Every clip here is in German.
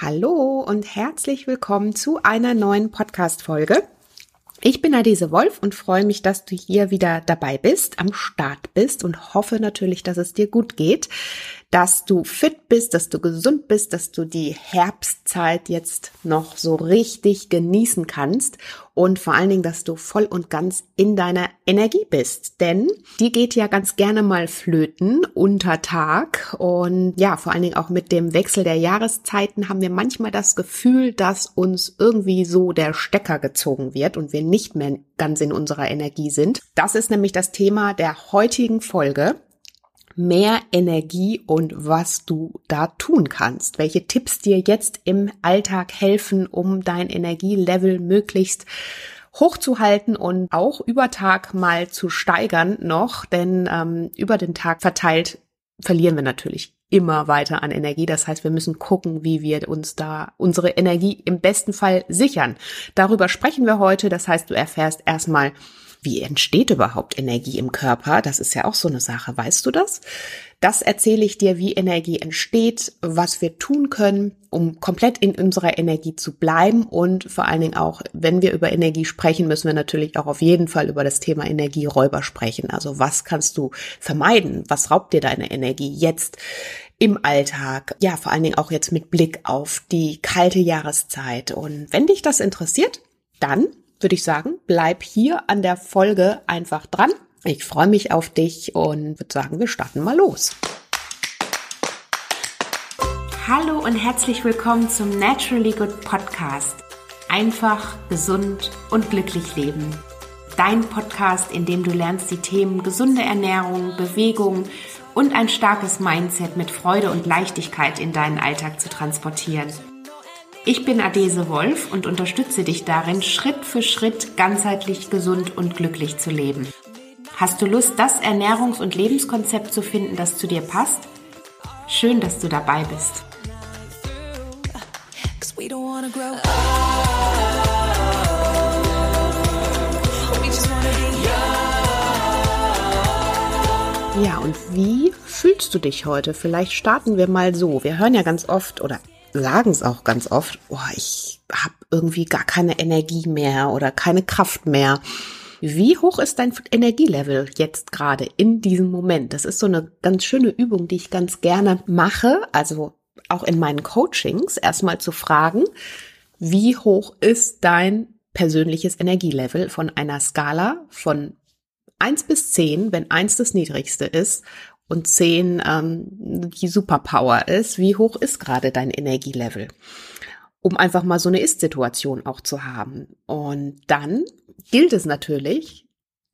Hallo und herzlich willkommen zu einer neuen Podcast-Folge. Ich bin Adese Wolf und freue mich, dass du hier wieder dabei bist, am Start bist und hoffe natürlich, dass es dir gut geht, dass du fit bist, dass du gesund bist, dass du die Herbstzeit jetzt noch so richtig genießen kannst und vor allen Dingen, dass du voll und ganz in deiner Energie bist, denn die geht ja ganz gerne mal flöten unter Tag und ja, vor allen Dingen auch mit dem Wechsel der Jahreszeiten haben wir manchmal das Gefühl, dass uns irgendwie so der Stecker gezogen wird und wir nicht mehr ganz in unserer Energie sind. Das ist nämlich das Thema der heutigen Folge. Mehr Energie und was du da tun kannst. Welche Tipps dir jetzt im Alltag helfen, um dein Energielevel möglichst hochzuhalten und auch über Tag mal zu steigern noch, denn über den Tag verteilt verlieren wir natürlich immer weiter an Energie. Das heißt, wir müssen gucken, wie wir uns da unsere Energie im besten Fall sichern. Darüber sprechen wir heute. Das heißt, du erfährst erstmal, wie entsteht überhaupt Energie im Körper? Das ist ja auch so eine Sache. Weißt du das? Das erzähle ich dir, wie Energie entsteht, was wir tun können, um komplett in unserer Energie zu bleiben. Und vor allen Dingen auch, wenn wir über Energie sprechen, müssen wir natürlich auch auf jeden Fall über das Thema Energieräuber sprechen. Also was kannst du vermeiden? Was raubt dir deine Energie jetzt im Alltag? Ja, vor allen Dingen auch jetzt mit Blick auf die kalte Jahreszeit. Und wenn dich das interessiert, dann würde ich sagen, bleib hier an der Folge einfach dran. Ich freue mich auf dich und würde sagen, wir starten mal los. Hallo und herzlich willkommen zum Naturally Good Podcast. Einfach, gesund und glücklich leben. Dein Podcast, in dem du lernst, die Themen gesunde Ernährung, Bewegung und ein starkes Mindset mit Freude und Leichtigkeit in deinen Alltag zu transportieren. Ich bin Adese Wolf und unterstütze dich darin, Schritt für Schritt ganzheitlich gesund und glücklich zu leben. Hast du Lust, das Ernährungs- und Lebenskonzept zu finden, das zu dir passt? Schön, dass du dabei bist. Ja, und wie fühlst du dich heute? Vielleicht starten wir mal so. Wir hören ja ganz oft oder sagen es auch ganz oft, ich habe irgendwie gar keine Energie mehr oder keine Kraft mehr. Wie hoch ist dein Energielevel jetzt gerade in diesem Moment? Das ist so eine ganz schöne Übung, die ich ganz gerne mache, also auch in meinen Coachings, erstmal zu fragen, wie hoch ist dein persönliches Energielevel von einer Skala von 1 bis 10, wenn 1 das niedrigste ist und 10 die Superpower ist, wie hoch ist gerade dein Energielevel? Um einfach mal so eine Ist-Situation auch zu haben. Und dann gilt es natürlich,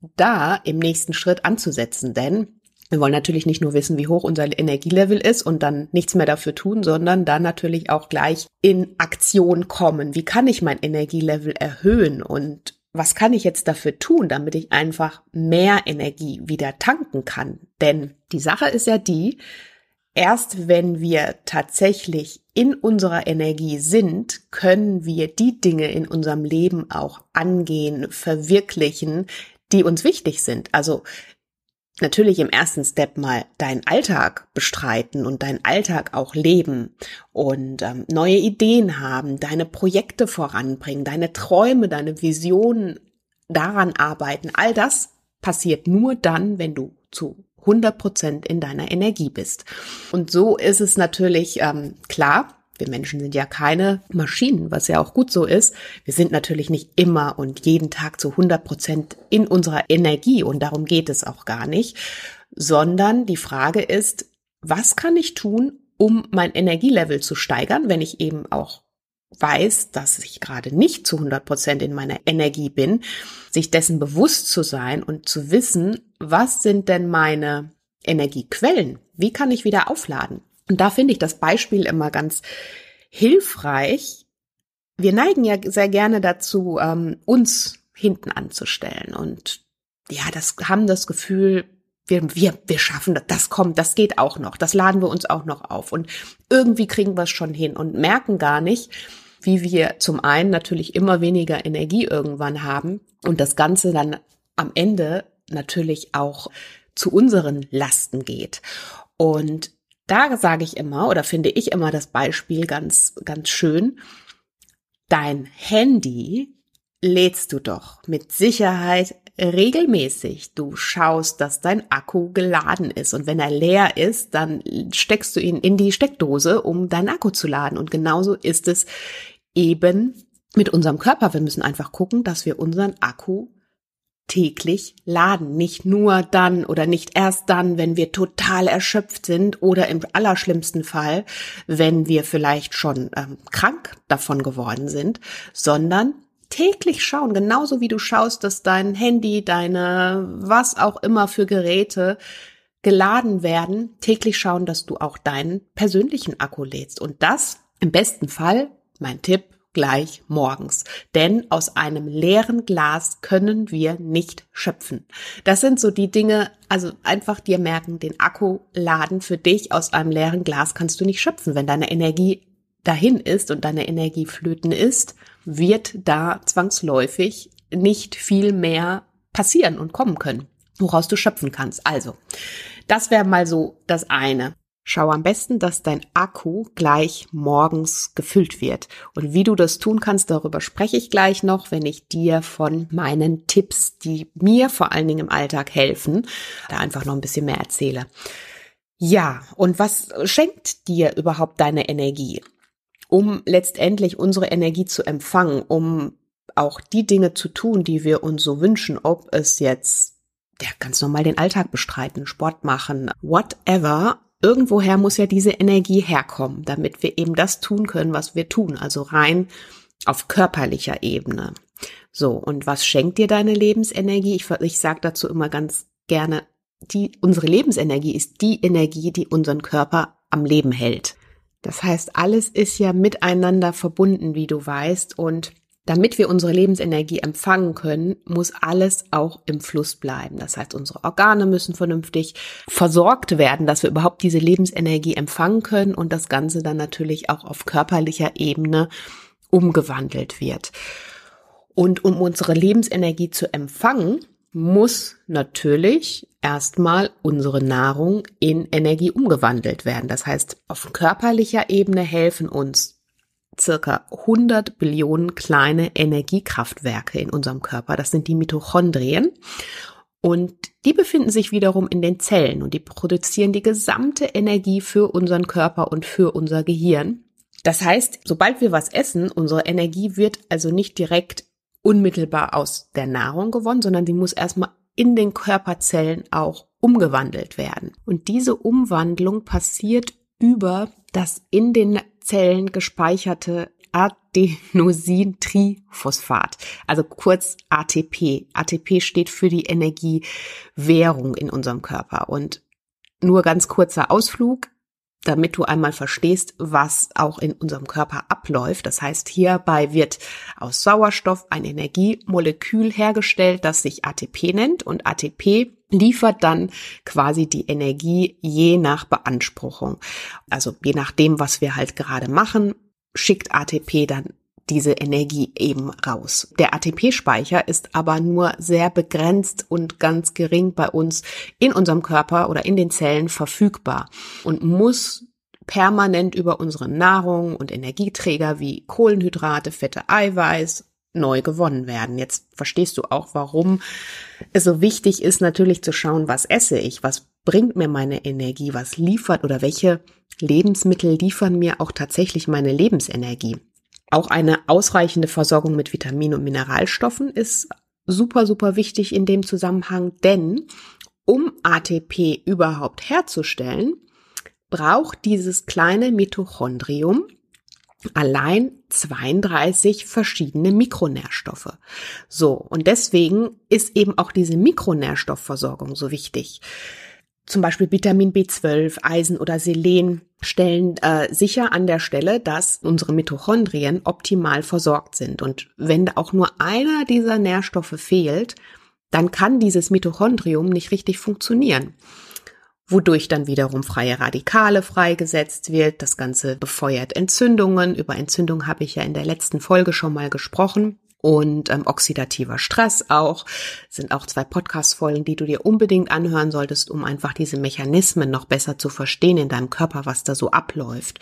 da im nächsten Schritt anzusetzen, denn wir wollen natürlich nicht nur wissen, wie hoch unser Energielevel ist und dann nichts mehr dafür tun, sondern dann natürlich auch gleich in Aktion kommen. Wie kann ich mein Energielevel erhöhen und was kann ich jetzt dafür tun, damit ich einfach mehr Energie wieder tanken kann? Denn die Sache ist ja die, erst wenn wir tatsächlich in unserer Energie sind, können wir die Dinge in unserem Leben auch angehen, verwirklichen, die uns wichtig sind. Also natürlich im ersten Step mal deinen Alltag bestreiten und deinen Alltag auch leben und neue Ideen haben, deine Projekte voranbringen, deine Träume, deine Visionen, daran arbeiten. All das passiert nur dann, wenn du zu 100% in deiner Energie bist. Und so ist es natürlich klar, wir Menschen sind ja keine Maschinen, was ja auch gut so ist. Wir sind natürlich nicht immer und jeden Tag zu 100% in unserer Energie und darum geht es auch gar nicht, sondern die Frage ist, was kann ich tun, um mein Energielevel zu steigern, wenn ich eben auch weiß, dass ich gerade nicht zu 100% in meiner Energie bin, sich dessen bewusst zu sein und zu wissen, was sind denn meine Energiequellen? Wie kann ich wieder aufladen? Und da finde ich das Beispiel immer ganz hilfreich. Wir neigen ja sehr gerne dazu, uns hinten anzustellen und ja, haben das Gefühl, wir schaffen das, das kommt, das geht auch noch, das laden wir uns auch noch auf und irgendwie kriegen wir es schon hin und merken gar nicht, wie wir zum einen natürlich immer weniger Energie irgendwann haben und das Ganze dann am Ende natürlich auch zu unseren Lasten geht. Und Da sage ich immer oder finde ich immer das Beispiel ganz, ganz schön. Dein Handy lädst du doch mit Sicherheit regelmäßig. Du schaust, dass dein Akku geladen ist. Und wenn er leer ist, dann steckst du ihn in die Steckdose, um deinen Akku zu laden. Und genauso ist es eben mit unserem Körper. Wir müssen einfach gucken, dass wir unseren Akku täglich laden. Nicht nur dann oder nicht erst dann, wenn wir total erschöpft sind oder im allerschlimmsten Fall, wenn wir vielleicht schon krank davon geworden sind, sondern täglich schauen, genauso wie du schaust, dass dein Handy, deine was auch immer für Geräte geladen werden, täglich schauen, dass du auch deinen persönlichen Akku lädst. Und das im besten Fall, mein Tipp, gleich morgens. Denn aus einem leeren Glas können wir nicht schöpfen. Das sind so die Dinge, also einfach dir merken, den Akku laden für dich aus einem leeren Glas kannst du nicht schöpfen. Wenn deine Energie dahin ist und deine Energie flöten ist, wird da zwangsläufig nicht viel mehr passieren und kommen können, woraus du schöpfen kannst. Also, das wäre mal so das eine. Schau am besten, dass dein Akku gleich morgens gefüllt wird. Und wie du das tun kannst, darüber spreche ich gleich noch, wenn ich dir von meinen Tipps, die mir vor allen Dingen im Alltag helfen, da einfach noch ein bisschen mehr erzähle. Ja, und was schenkt dir überhaupt deine Energie? Um letztendlich unsere Energie zu empfangen, um auch die Dinge zu tun, die wir uns so wünschen, ob es jetzt ganz normal den Alltag bestreiten, Sport machen, whatever. Irgendwoher muss ja diese Energie herkommen, damit wir eben das tun können, was wir tun, also rein auf körperlicher Ebene. So, und was schenkt dir deine Lebensenergie? Ich sage dazu immer ganz gerne, unsere Lebensenergie ist die Energie, die unseren Körper am Leben hält. Das heißt, alles ist ja miteinander verbunden, wie du weißt, und damit wir unsere Lebensenergie empfangen können, muss alles auch im Fluss bleiben. Das heißt, unsere Organe müssen vernünftig versorgt werden, dass wir überhaupt diese Lebensenergie empfangen können und das Ganze dann natürlich auch auf körperlicher Ebene umgewandelt wird. Und um unsere Lebensenergie zu empfangen, muss natürlich erstmal unsere Nahrung in Energie umgewandelt werden. Das heißt, auf körperlicher Ebene helfen uns circa 100 Billionen kleine Energiekraftwerke in unserem Körper. Das sind die Mitochondrien. Und die befinden sich wiederum in den Zellen und die produzieren die gesamte Energie für unseren Körper und für unser Gehirn. Das heißt, sobald wir was essen, unsere Energie wird also nicht direkt unmittelbar aus der Nahrung gewonnen, sondern die muss erstmal in den Körperzellen auch umgewandelt werden. Und diese Umwandlung passiert über das in den Zellen gespeicherte Adenosintriphosphat, also kurz ATP. ATP steht für die Energiewährung in unserem Körper. Und nur ganz kurzer Ausflug, damit du einmal verstehst, was auch in unserem Körper abläuft. Das heißt, hierbei wird aus Sauerstoff ein Energiemolekül hergestellt, das sich ATP nennt, und ATP liefert dann quasi die Energie je nach Beanspruchung. Also je nachdem, was wir halt gerade machen, schickt ATP dann diese Energie eben raus. Der ATP-Speicher ist aber nur sehr begrenzt und ganz gering bei uns in unserem Körper oder in den Zellen verfügbar und muss permanent über unsere Nahrung und Energieträger wie Kohlenhydrate, Fette, Eiweiß neu gewonnen werden. Jetzt verstehst du auch, warum es so wichtig ist, natürlich zu schauen, was esse ich, was bringt mir meine Energie, was liefert oder welche Lebensmittel liefern mir auch tatsächlich meine Lebensenergie. Auch eine ausreichende Versorgung mit Vitaminen und Mineralstoffen ist super, super wichtig in dem Zusammenhang, denn um ATP überhaupt herzustellen, braucht dieses kleine Mitochondrium allein 32 verschiedene Mikronährstoffe. So, und deswegen ist eben auch diese Mikronährstoffversorgung so wichtig. Zum Beispiel Vitamin B12, Eisen oder Selen stellen sicher an der Stelle, dass unsere Mitochondrien optimal versorgt sind. Und wenn auch nur einer dieser Nährstoffe fehlt, dann kann dieses Mitochondrium nicht richtig funktionieren, wodurch dann wiederum freie Radikale freigesetzt wird. Das Ganze befeuert Entzündungen. Über Entzündung habe ich ja in der letzten Folge schon mal gesprochen. und oxidativer Stress auch. Sind auch 2 Podcast-Folgen, die du dir unbedingt anhören solltest, um einfach diese Mechanismen noch besser zu verstehen in deinem Körper, was da so abläuft.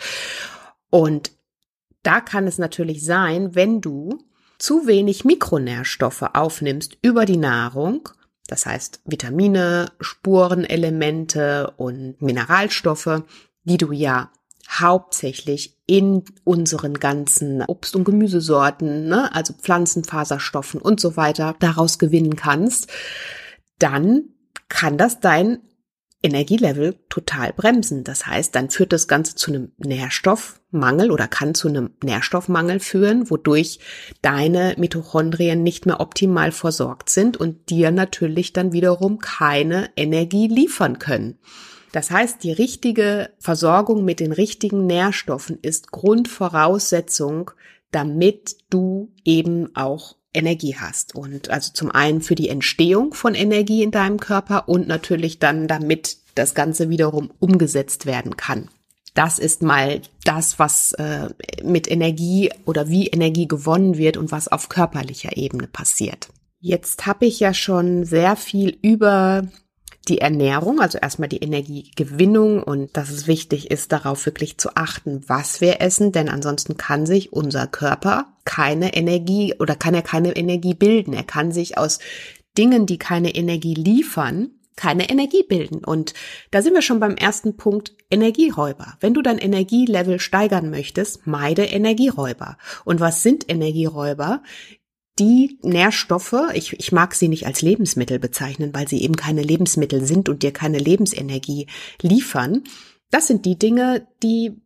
Und da kann es natürlich sein, wenn du zu wenig Mikronährstoffe aufnimmst über die Nahrung, das heißt Vitamine, Spurenelemente und Mineralstoffe, die du ja hauptsächlich in unseren ganzen Obst- und Gemüsesorten, also Pflanzenfaserstoffen und so weiter, daraus gewinnen kannst, dann kann das dein Energielevel total bremsen. Das heißt, dann führt das Ganze zu einem Nährstoffmangel oder kann zu einem Nährstoffmangel führen, wodurch deine Mitochondrien nicht mehr optimal versorgt sind und dir natürlich dann wiederum keine Energie liefern können. Das heißt, die richtige Versorgung mit den richtigen Nährstoffen ist Grundvoraussetzung, damit du eben auch Energie hast. Und also zum einen für die Entstehung von Energie in deinem Körper und natürlich dann, damit das Ganze wiederum umgesetzt werden kann. Das ist mal das, was mit Energie oder wie Energie gewonnen wird und was auf körperlicher Ebene passiert. Jetzt habe ich ja schon sehr viel über die Ernährung, also erstmal die Energiegewinnung und dass es wichtig ist, darauf wirklich zu achten, was wir essen, denn ansonsten kann sich unser Körper keine Energie oder kann er keine Energie bilden. Er kann sich aus Dingen, die keine Energie liefern, keine Energie bilden. Und da sind wir schon beim ersten Punkt, Energieräuber. Wenn du dein Energielevel steigern möchtest, meide Energieräuber. Und was sind Energieräuber? Die Nährstoffe, ich mag sie nicht als Lebensmittel bezeichnen, weil sie eben keine Lebensmittel sind und dir keine Lebensenergie liefern. Das sind die Dinge, die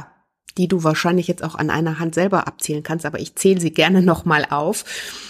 du wahrscheinlich jetzt auch an einer Hand selber abzählen kannst, aber ich zähle sie gerne nochmal auf.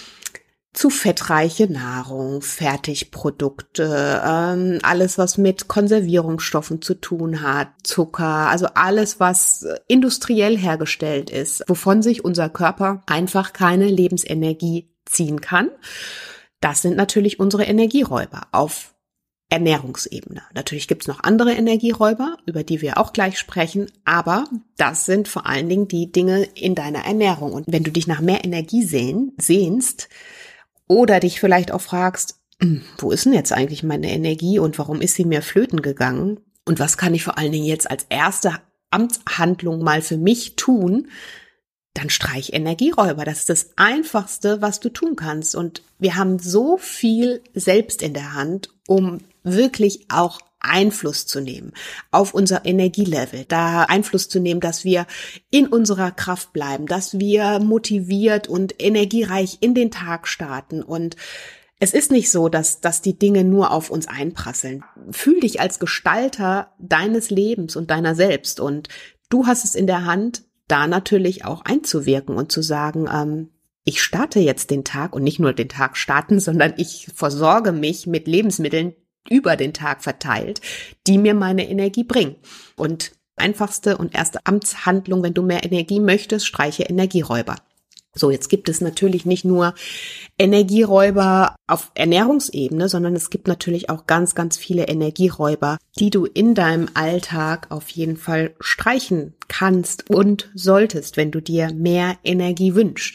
Zu fettreiche Nahrung, Fertigprodukte, alles, was mit Konservierungsstoffen zu tun hat, Zucker, also alles, was industriell hergestellt ist, wovon sich unser Körper einfach keine Lebensenergie ziehen kann. Das sind natürlich unsere Energieräuber auf Ernährungsebene. Natürlich gibt's noch andere Energieräuber, über die wir auch gleich sprechen, aber das sind vor allen Dingen die Dinge in deiner Ernährung. Und wenn du dich nach mehr Energie sehnst, oder dich vielleicht auch fragst, wo ist denn jetzt eigentlich meine Energie und warum ist sie mir flöten gegangen? Und was kann ich vor allen Dingen jetzt als erste Amtshandlung mal für mich tun? Dann streich Energieräuber. Das ist das Einfachste, was du tun kannst. Und wir haben so viel selbst in der Hand, um wirklich auch Einfluss zu nehmen auf unser Energielevel, da Einfluss zu nehmen, dass wir in unserer Kraft bleiben, dass wir motiviert und energiereich in den Tag starten. Und es ist nicht so, dass die Dinge nur auf uns einprasseln. Fühl dich als Gestalter deines Lebens und deiner selbst. Und du hast es in der Hand, da natürlich auch einzuwirken und zu sagen, ich starte jetzt den Tag und nicht nur den Tag starten, sondern ich versorge mich mit Lebensmitteln, über den Tag verteilt, die mir meine Energie bringen. Und einfachste und erste Amtshandlung, wenn du mehr Energie möchtest, streiche Energieräuber. So, jetzt gibt es natürlich nicht nur Energieräuber auf Ernährungsebene, sondern es gibt natürlich auch ganz, ganz viele Energieräuber, die du in deinem Alltag auf jeden Fall streichen kannst und solltest, wenn du dir mehr Energie wünschst.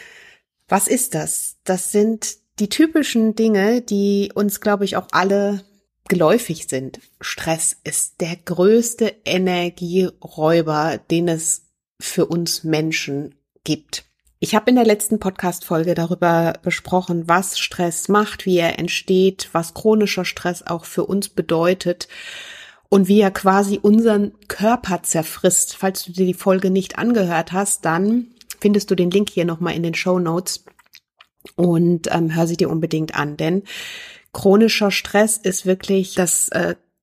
Was ist das? Das sind die typischen Dinge, die uns, glaube ich, auch alle geläufig sind. Stress ist der größte Energieräuber, den es für uns Menschen gibt. Ich habe in der letzten Podcast-Folge darüber besprochen, was Stress macht, wie er entsteht, was chronischer Stress auch für uns bedeutet und wie er quasi unseren Körper zerfrisst. Falls du dir die Folge nicht angehört hast, dann findest du den Link hier nochmal in den Shownotes. Und hör sie dir unbedingt an, denn chronischer Stress ist wirklich das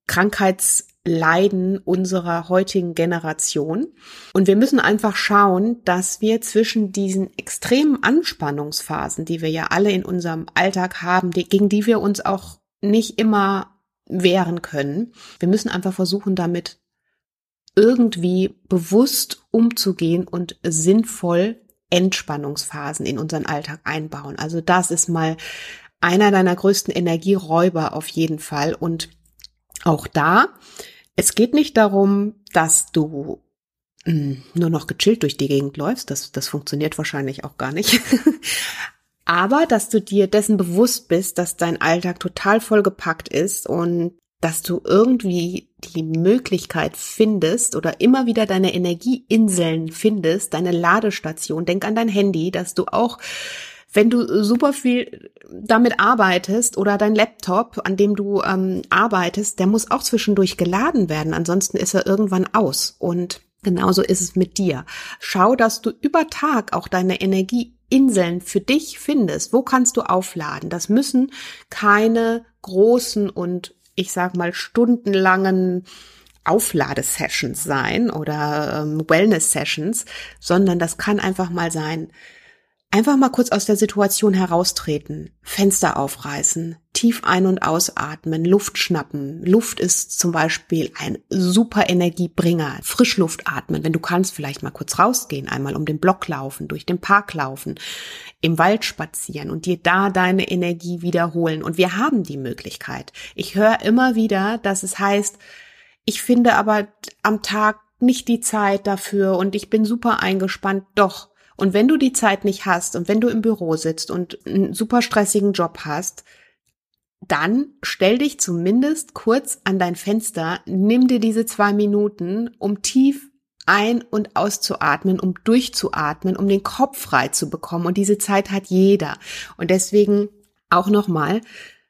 Krankheitsleiden unserer heutigen Generation. Und wir müssen einfach schauen, dass wir zwischen diesen extremen Anspannungsphasen, die wir ja alle in unserem Alltag haben, gegen die wir uns auch nicht immer wehren können, wir müssen einfach versuchen, damit irgendwie bewusst umzugehen und sinnvoll Entspannungsphasen in unseren Alltag einbauen. Also das ist mal einer deiner größten Energieräuber auf jeden Fall. Und auch da, es geht nicht darum, dass du nur noch gechillt durch die Gegend läufst. Das funktioniert wahrscheinlich auch gar nicht. Aber dass du dir dessen bewusst bist, dass dein Alltag total vollgepackt ist und dass du irgendwie die Möglichkeit findest oder immer wieder deine Energieinseln findest, deine Ladestation. Denk an dein Handy, dass du auch, wenn du super viel damit arbeitest oder dein Laptop, an dem du arbeitest, der muss auch zwischendurch geladen werden. Ansonsten ist er irgendwann aus. Und genauso ist es mit dir. Schau, dass du über Tag auch deine Energieinseln für dich findest. Wo kannst du aufladen? Das müssen keine großen und ich sag mal stundenlangen Aufladesessions sein oder Wellness-Sessions, sondern das kann einfach mal sein, einfach mal kurz aus der Situation heraustreten, Fenster aufreißen, tief ein- und ausatmen, Luft schnappen. Luft ist zum Beispiel ein super Energiebringer. Frischluft atmen, wenn du kannst, vielleicht mal kurz rausgehen, einmal um den Block laufen, durch den Park laufen, im Wald spazieren und dir da deine Energie wiederholen. Und wir haben die Möglichkeit. Ich höre immer wieder, dass es heißt, ich finde aber am Tag nicht die Zeit dafür und ich bin super eingespannt. Doch. Und wenn du die Zeit nicht hast und wenn du im Büro sitzt und einen super stressigen Job hast, dann stell dich zumindest kurz an dein Fenster, nimm dir diese 2 Minuten, um tief ein- und auszuatmen, um durchzuatmen, um den Kopf frei zu bekommen. Und diese Zeit hat jeder. Und deswegen auch nochmal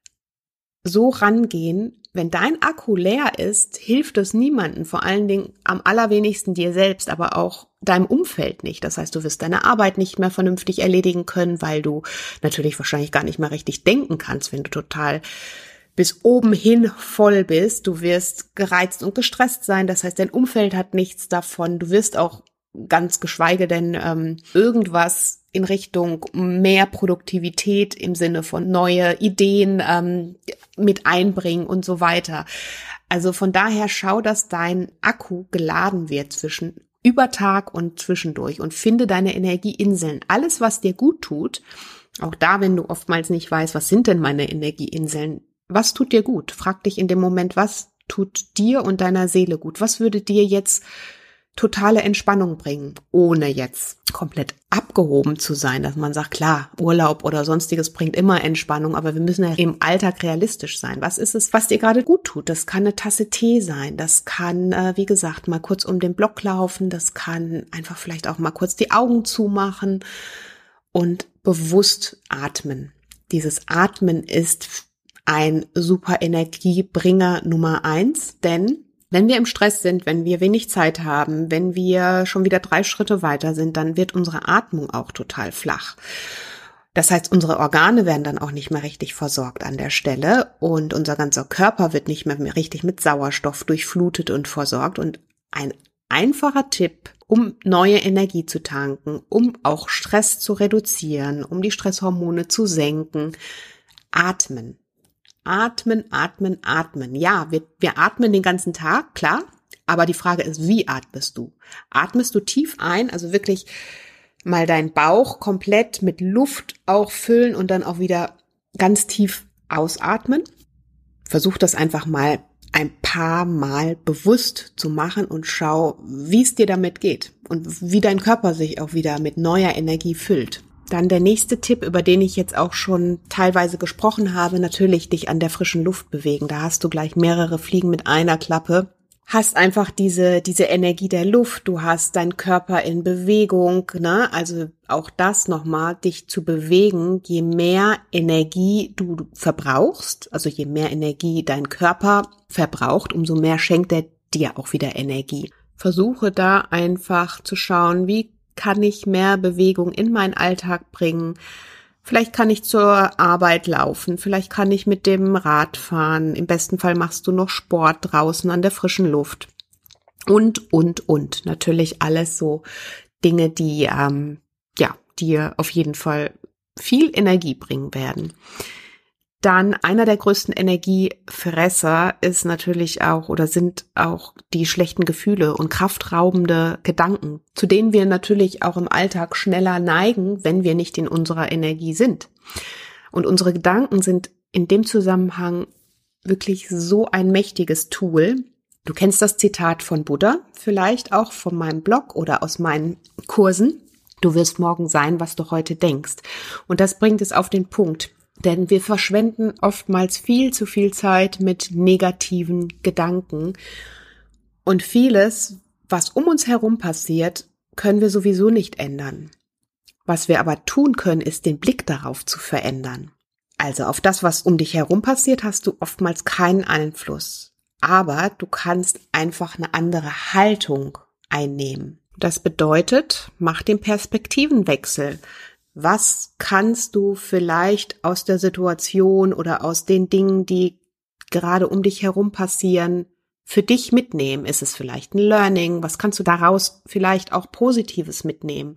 so rangehen. Wenn dein Akku leer ist, hilft es niemandem, vor allen Dingen am allerwenigsten dir selbst, aber auch deinem Umfeld nicht. Das heißt, du wirst deine Arbeit nicht mehr vernünftig erledigen können, weil du natürlich wahrscheinlich gar nicht mehr richtig denken kannst, wenn du total bis oben hin voll bist. Du wirst gereizt und gestresst sein. Das heißt, dein Umfeld hat nichts davon. Du wirst auch ganz geschweige denn irgendwas in Richtung mehr Produktivität im Sinne von neue Ideen mit einbringen und so weiter. Also von daher schau, dass dein Akku geladen wird zwischen über Tag und zwischendurch und finde deine Energieinseln. Alles, was dir gut tut, auch da, wenn du oftmals nicht weißt, was sind denn meine Energieinseln? Was tut dir gut? Frag dich in dem Moment, was tut dir und deiner Seele gut? Was würde dir jetzt totale Entspannung bringen, ohne jetzt komplett abgehoben zu sein, dass man sagt, klar, Urlaub oder sonstiges bringt immer Entspannung, aber wir müssen ja im Alltag realistisch sein. Was ist es, was dir gerade gut tut? Das kann eine Tasse Tee sein, das kann, wie gesagt, mal kurz um den Block laufen, das kann einfach vielleicht auch mal kurz die Augen zumachen und bewusst atmen. Dieses Atmen ist ein super Energiebringer Nummer 1, denn wenn wir im Stress sind, wenn wir wenig Zeit haben, wenn wir schon wieder 3 Schritte weiter sind, dann wird unsere Atmung auch total flach. Das heißt, unsere Organe werden dann auch nicht mehr richtig versorgt an der Stelle und unser ganzer Körper wird nicht mehr richtig mit Sauerstoff durchflutet und versorgt. Und ein einfacher Tipp, um neue Energie zu tanken, um auch Stress zu reduzieren, um die Stresshormone zu senken, atmen. Atmen, atmen, atmen. Ja, wir atmen den ganzen Tag, klar, aber die Frage ist, wie atmest du? Atmest du tief ein, also wirklich mal deinen Bauch komplett mit Luft auch füllen und dann auch wieder ganz tief ausatmen? Versuch das einfach mal ein paar Mal bewusst zu machen und schau, wie es dir damit geht und wie dein Körper sich auch wieder mit neuer Energie füllt. Dann der nächste Tipp, über den ich jetzt auch schon teilweise gesprochen habe, natürlich dich an der frischen Luft bewegen. Da hast du gleich mehrere Fliegen mit einer Klappe. Hast einfach diese Energie der Luft, du hast deinen Körper in Bewegung, ne? Also auch das nochmal, dich zu bewegen, je mehr Energie du verbrauchst, also je mehr Energie dein Körper verbraucht, umso mehr schenkt er dir auch wieder Energie. Versuche da einfach zu schauen, wie kann ich mehr Bewegung in meinen Alltag bringen. Vielleicht kann ich zur Arbeit laufen, vielleicht kann ich mit dem Rad fahren. Im besten Fall machst du noch Sport draußen an der frischen Luft. Und. Natürlich alles so Dinge, die dir auf jeden Fall viel Energie bringen werden. Dann einer der größten Energiefresser ist natürlich auch oder sind auch die schlechten Gefühle und kraftraubende Gedanken, zu denen wir natürlich auch im Alltag schneller neigen, wenn wir nicht in unserer Energie sind. Und unsere Gedanken sind in dem Zusammenhang wirklich so ein mächtiges Tool. Du kennst das Zitat von Buddha, vielleicht auch von meinem Blog oder aus meinen Kursen. Du wirst morgen sein, was du heute denkst. Und das bringt es auf den Punkt. Denn wir verschwenden oftmals viel zu viel Zeit mit negativen Gedanken. Und vieles, was um uns herum passiert, können wir sowieso nicht ändern. Was wir aber tun können, ist den Blick darauf zu verändern. Also auf das, was um dich herum passiert, hast du oftmals keinen Einfluss. Aber du kannst einfach eine andere Haltung einnehmen. Das bedeutet, mach den Perspektivenwechsel. Was kannst du vielleicht aus der Situation oder aus den Dingen, die gerade um dich herum passieren, für dich mitnehmen? Ist es vielleicht ein Learning? Was kannst du daraus vielleicht auch Positives mitnehmen?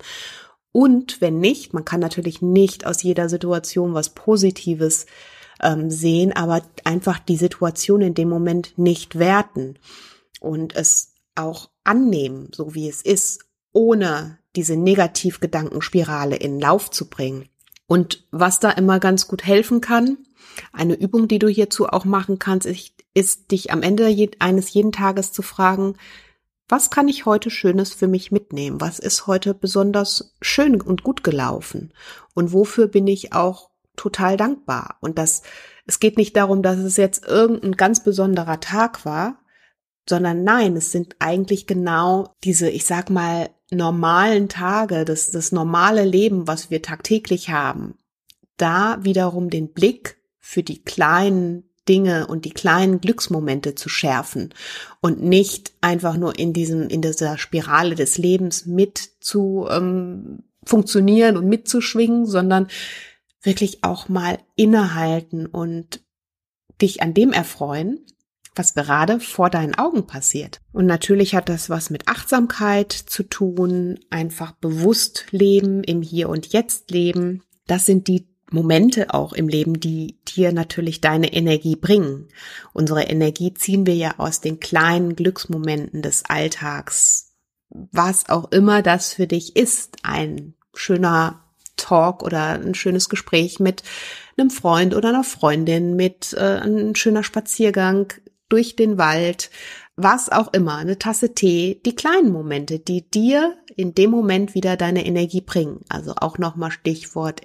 Und wenn nicht, man kann natürlich nicht aus jeder Situation was Positives sehen, aber einfach die Situation in dem Moment nicht werten und es auch annehmen, so wie es ist, ohne diese Negativgedankenspirale in Lauf zu bringen. Und was da immer ganz gut helfen kann, eine Übung, die du hierzu auch machen kannst, ist dich am Ende eines jeden Tages zu fragen, was kann ich heute Schönes für mich mitnehmen? Was ist heute besonders schön und gut gelaufen? Und wofür bin ich auch total dankbar? Und es geht nicht darum, dass es jetzt irgendein ganz besonderer Tag war, sondern nein, es sind eigentlich genau diese, ich sag mal, normalen Tage, das normale Leben, was wir tagtäglich haben. Da wiederum den Blick für die kleinen Dinge und die kleinen Glücksmomente zu schärfen und nicht einfach nur in dieser Spirale des Lebens mit zu funktionieren und mitzuschwingen, sondern wirklich auch mal innehalten und dich an dem erfreuen, was gerade vor deinen Augen passiert. Und natürlich hat das was mit Achtsamkeit zu tun, einfach bewusst leben, im Hier und Jetzt leben. Das sind die Momente auch im Leben, die dir natürlich deine Energie bringen. Unsere Energie ziehen wir ja aus den kleinen Glücksmomenten des Alltags, was auch immer das für dich ist. Ein schöner Talk oder ein schönes Gespräch mit einem Freund oder einer Freundin, mit ein schöner Spaziergang durch den Wald, was auch immer, eine Tasse Tee, die kleinen Momente, die dir in dem Moment wieder deine Energie bringen. Also auch nochmal Stichwort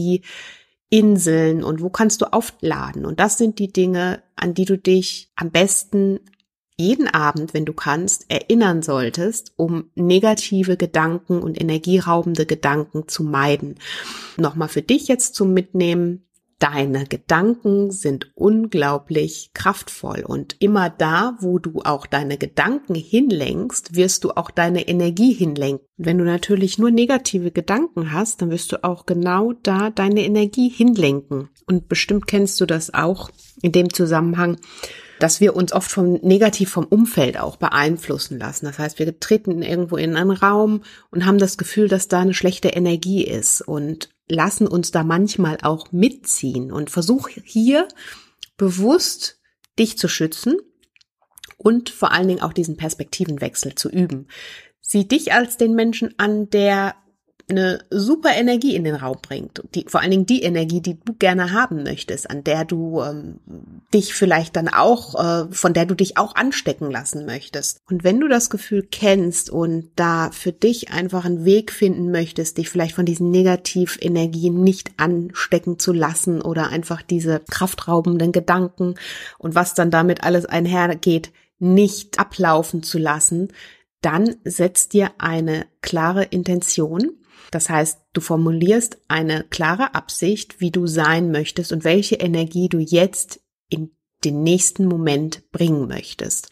Energieinseln und wo kannst du aufladen? Und das sind die Dinge, an die du dich am besten jeden Abend, wenn du kannst, erinnern solltest, um negative Gedanken und energieraubende Gedanken zu meiden. Nochmal für dich jetzt zum Mitnehmen. Deine Gedanken sind unglaublich kraftvoll und immer da, wo du auch deine Gedanken hinlenkst, wirst du auch deine Energie hinlenken. Wenn du natürlich nur negative Gedanken hast, dann wirst du auch genau da deine Energie hinlenken. Und bestimmt kennst du das auch in dem Zusammenhang, dass wir uns oft negativ vom Umfeld auch beeinflussen lassen. Das heißt, wir treten irgendwo in einen Raum und haben das Gefühl, dass da eine schlechte Energie ist und lassen uns da manchmal auch mitziehen und versuch hier bewusst dich zu schützen und vor allen Dingen auch diesen Perspektivenwechsel zu üben. Sieh dich als den Menschen an, der eine super Energie in den Raum bringt. Vor allen Dingen die Energie, die du gerne haben möchtest, an der du dich vielleicht dann auch, von der du dich auch anstecken lassen möchtest. Und wenn du das Gefühl kennst und da für dich einfach einen Weg finden möchtest, dich vielleicht von diesen Negativenergien nicht anstecken zu lassen oder einfach diese kraftraubenden Gedanken und was dann damit alles einhergeht, nicht ablaufen zu lassen, dann setz dir eine klare Intention. Das heißt, du formulierst eine klare Absicht, wie du sein möchtest und welche Energie du jetzt in den nächsten Moment bringen möchtest.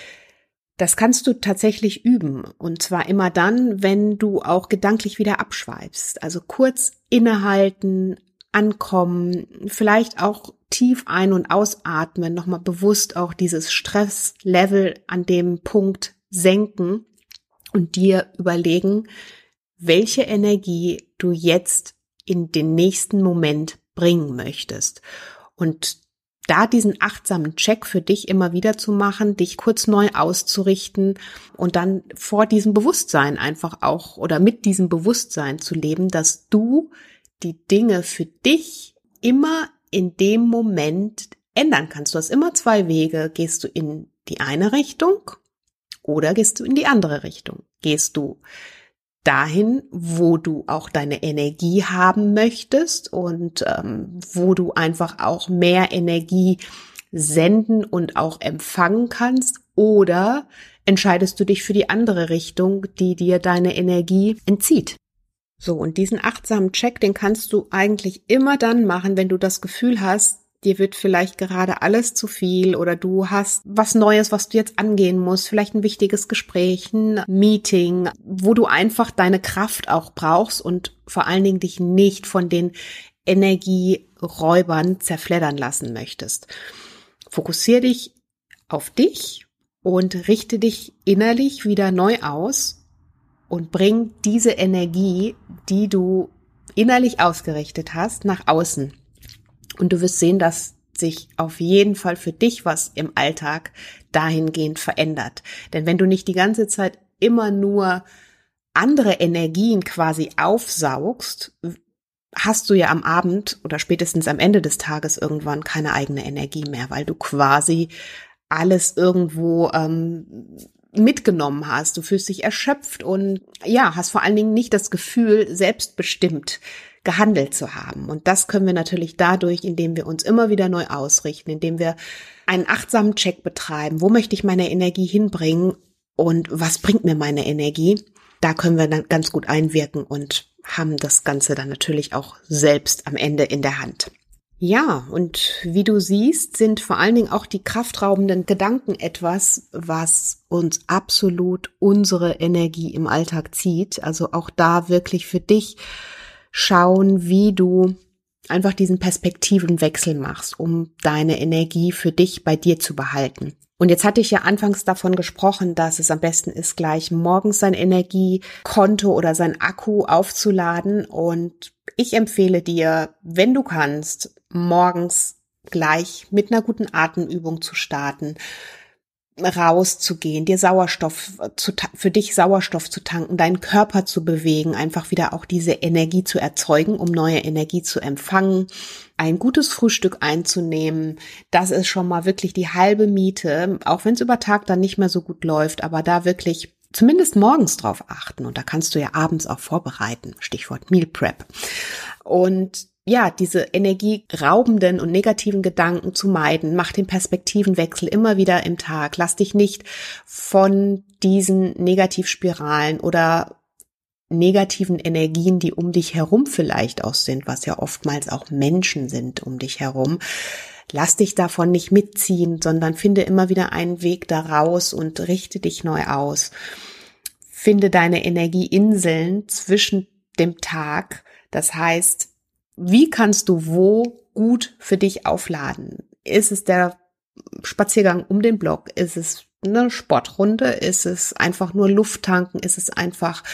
Das kannst du tatsächlich üben und zwar immer dann, wenn du auch gedanklich wieder abschweifst. Also kurz innehalten, ankommen, vielleicht auch tief ein- und ausatmen, nochmal bewusst auch dieses Stresslevel an dem Punkt senken und dir überlegen, welche Energie du jetzt in den nächsten Moment bringen möchtest. Und da diesen achtsamen Check für dich immer wieder zu machen, dich kurz neu auszurichten und dann vor diesem Bewusstsein einfach auch oder mit diesem Bewusstsein zu leben, dass du die Dinge für dich immer in dem Moment ändern kannst. Du hast immer zwei Wege. Gehst du in die eine Richtung oder gehst du in die andere Richtung? Gehst du dahin, wo du auch deine Energie haben möchtest und wo du einfach auch mehr Energie senden und auch empfangen kannst, oder entscheidest du dich für die andere Richtung, die dir deine Energie entzieht? So, und diesen achtsamen Check, den kannst du eigentlich immer dann machen, wenn du das Gefühl hast, dir wird vielleicht gerade alles zu viel oder du hast was Neues, was du jetzt angehen musst, vielleicht ein wichtiges Gespräch, ein Meeting, wo du einfach deine Kraft auch brauchst und vor allen Dingen dich nicht von den Energieräubern zerfleddern lassen möchtest. Fokussiere dich auf dich und richte dich innerlich wieder neu aus und bring diese Energie, die du innerlich ausgerichtet hast, nach außen. Und du wirst sehen, dass sich auf jeden Fall für dich was im Alltag dahingehend verändert. Denn wenn du nicht die ganze Zeit immer nur andere Energien quasi aufsaugst, hast du ja am Abend oder spätestens am Ende des Tages irgendwann keine eigene Energie mehr, weil du quasi alles irgendwo mitgenommen hast. Du fühlst dich erschöpft und ja, hast vor allen Dingen nicht das Gefühl, selbstbestimmt gehandelt zu haben. Und das können wir natürlich dadurch, indem wir uns immer wieder neu ausrichten, indem wir einen achtsamen Check betreiben. Wo möchte ich meine Energie hinbringen und was bringt mir meine Energie? Da können wir dann ganz gut einwirken und haben das Ganze dann natürlich auch selbst am Ende in der Hand. Ja, und wie du siehst, sind vor allen Dingen auch die kraftraubenden Gedanken etwas, was uns absolut unsere Energie im Alltag zieht. Also auch da wirklich für dich schauen, wie du einfach diesen Perspektivenwechsel machst, um deine Energie für dich bei dir zu behalten. Und jetzt hatte ich ja anfangs davon gesprochen, dass es am besten ist, gleich morgens sein Energiekonto oder sein Akku aufzuladen. Und ich empfehle dir, wenn du kannst, morgens gleich mit einer guten Atemübung zu starten, rauszugehen, dir für dich Sauerstoff zu tanken, deinen Körper zu bewegen, einfach wieder auch diese Energie zu erzeugen, um neue Energie zu empfangen, ein gutes Frühstück einzunehmen. Das ist schon mal wirklich die halbe Miete, auch wenn es über Tag dann nicht mehr so gut läuft, aber da wirklich zumindest morgens drauf achten. Und da kannst du ja abends auch vorbereiten. Stichwort Meal Prep. Und ja, diese energieraubenden und negativen Gedanken zu meiden, mach den Perspektivenwechsel immer wieder im Tag. Lass dich nicht von diesen Negativspiralen oder negativen Energien, die um dich herum vielleicht auch sind, was ja oftmals auch Menschen sind um dich herum. Lass dich davon nicht mitziehen, sondern finde immer wieder einen Weg daraus und richte dich neu aus. Finde deine Energieinseln zwischen dem Tag. Das heißt, wie kannst du wo gut für dich aufladen? Ist es der Spaziergang um den Block? Ist es eine Sportrunde? Ist es einfach nur Luft tanken? Ist es einfach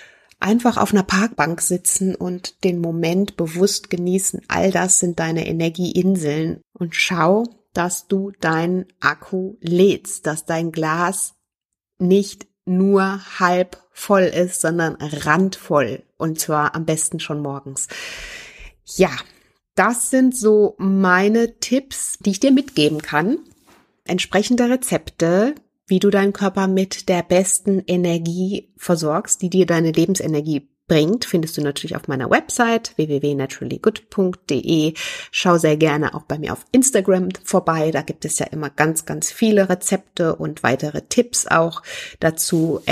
auf einer Parkbank sitzen und den Moment bewusst genießen? All das sind deine Energieinseln. Und schau, dass du deinen Akku lädst, dass dein Glas nicht nur halb voll ist, sondern randvoll. Und zwar am besten schon morgens. Ja, das sind so meine Tipps, die ich dir mitgeben kann. Entsprechende Rezepte, wie du deinen Körper mit der besten Energie versorgst, die dir deine Lebensenergie bringt, findest du natürlich auf meiner Website www.naturallygood.de. Schau sehr gerne auch bei mir auf Instagram vorbei. Da gibt es ja immer ganz, ganz viele Rezepte und weitere Tipps auch dazu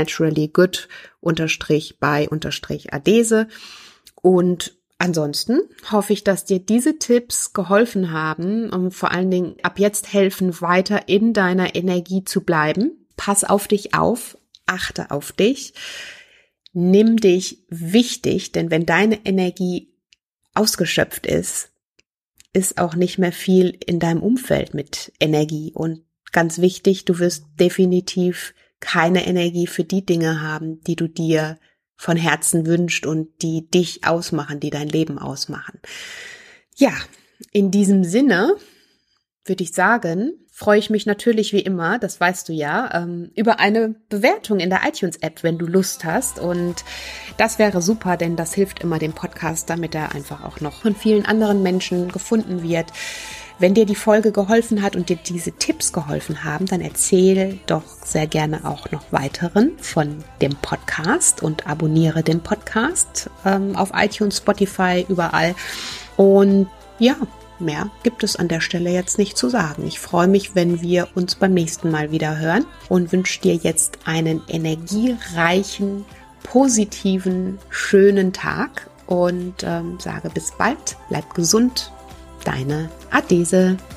@naturallygood_by_adese. Und ansonsten hoffe ich, dass dir diese Tipps geholfen haben und vor allen Dingen ab jetzt helfen, weiter in deiner Energie zu bleiben. Pass auf dich auf, achte auf dich, nimm dich wichtig, denn wenn deine Energie ausgeschöpft ist, ist auch nicht mehr viel in deinem Umfeld mit Energie. Und ganz wichtig, du wirst definitiv keine Energie für die Dinge haben, die du dir von Herzen wünscht und die dich ausmachen, die dein Leben ausmachen. Ja, in diesem Sinne würde ich sagen, freue ich mich natürlich wie immer, das weißt du ja, über eine Bewertung in der iTunes-App, wenn du Lust hast. Und das wäre super, denn das hilft immer dem Podcast, damit er einfach auch noch von vielen anderen Menschen gefunden wird. Wenn dir die Folge geholfen hat und dir diese Tipps geholfen haben, dann erzähl doch sehr gerne auch noch weiteren von dem Podcast und abonniere den Podcast auf iTunes, Spotify, überall. Und ja, mehr gibt es an der Stelle jetzt nicht zu sagen. Ich freue mich, wenn wir uns beim nächsten Mal wieder hören und wünsche dir jetzt einen energiereichen, positiven, schönen Tag und sage bis bald, bleib gesund, deine Adese.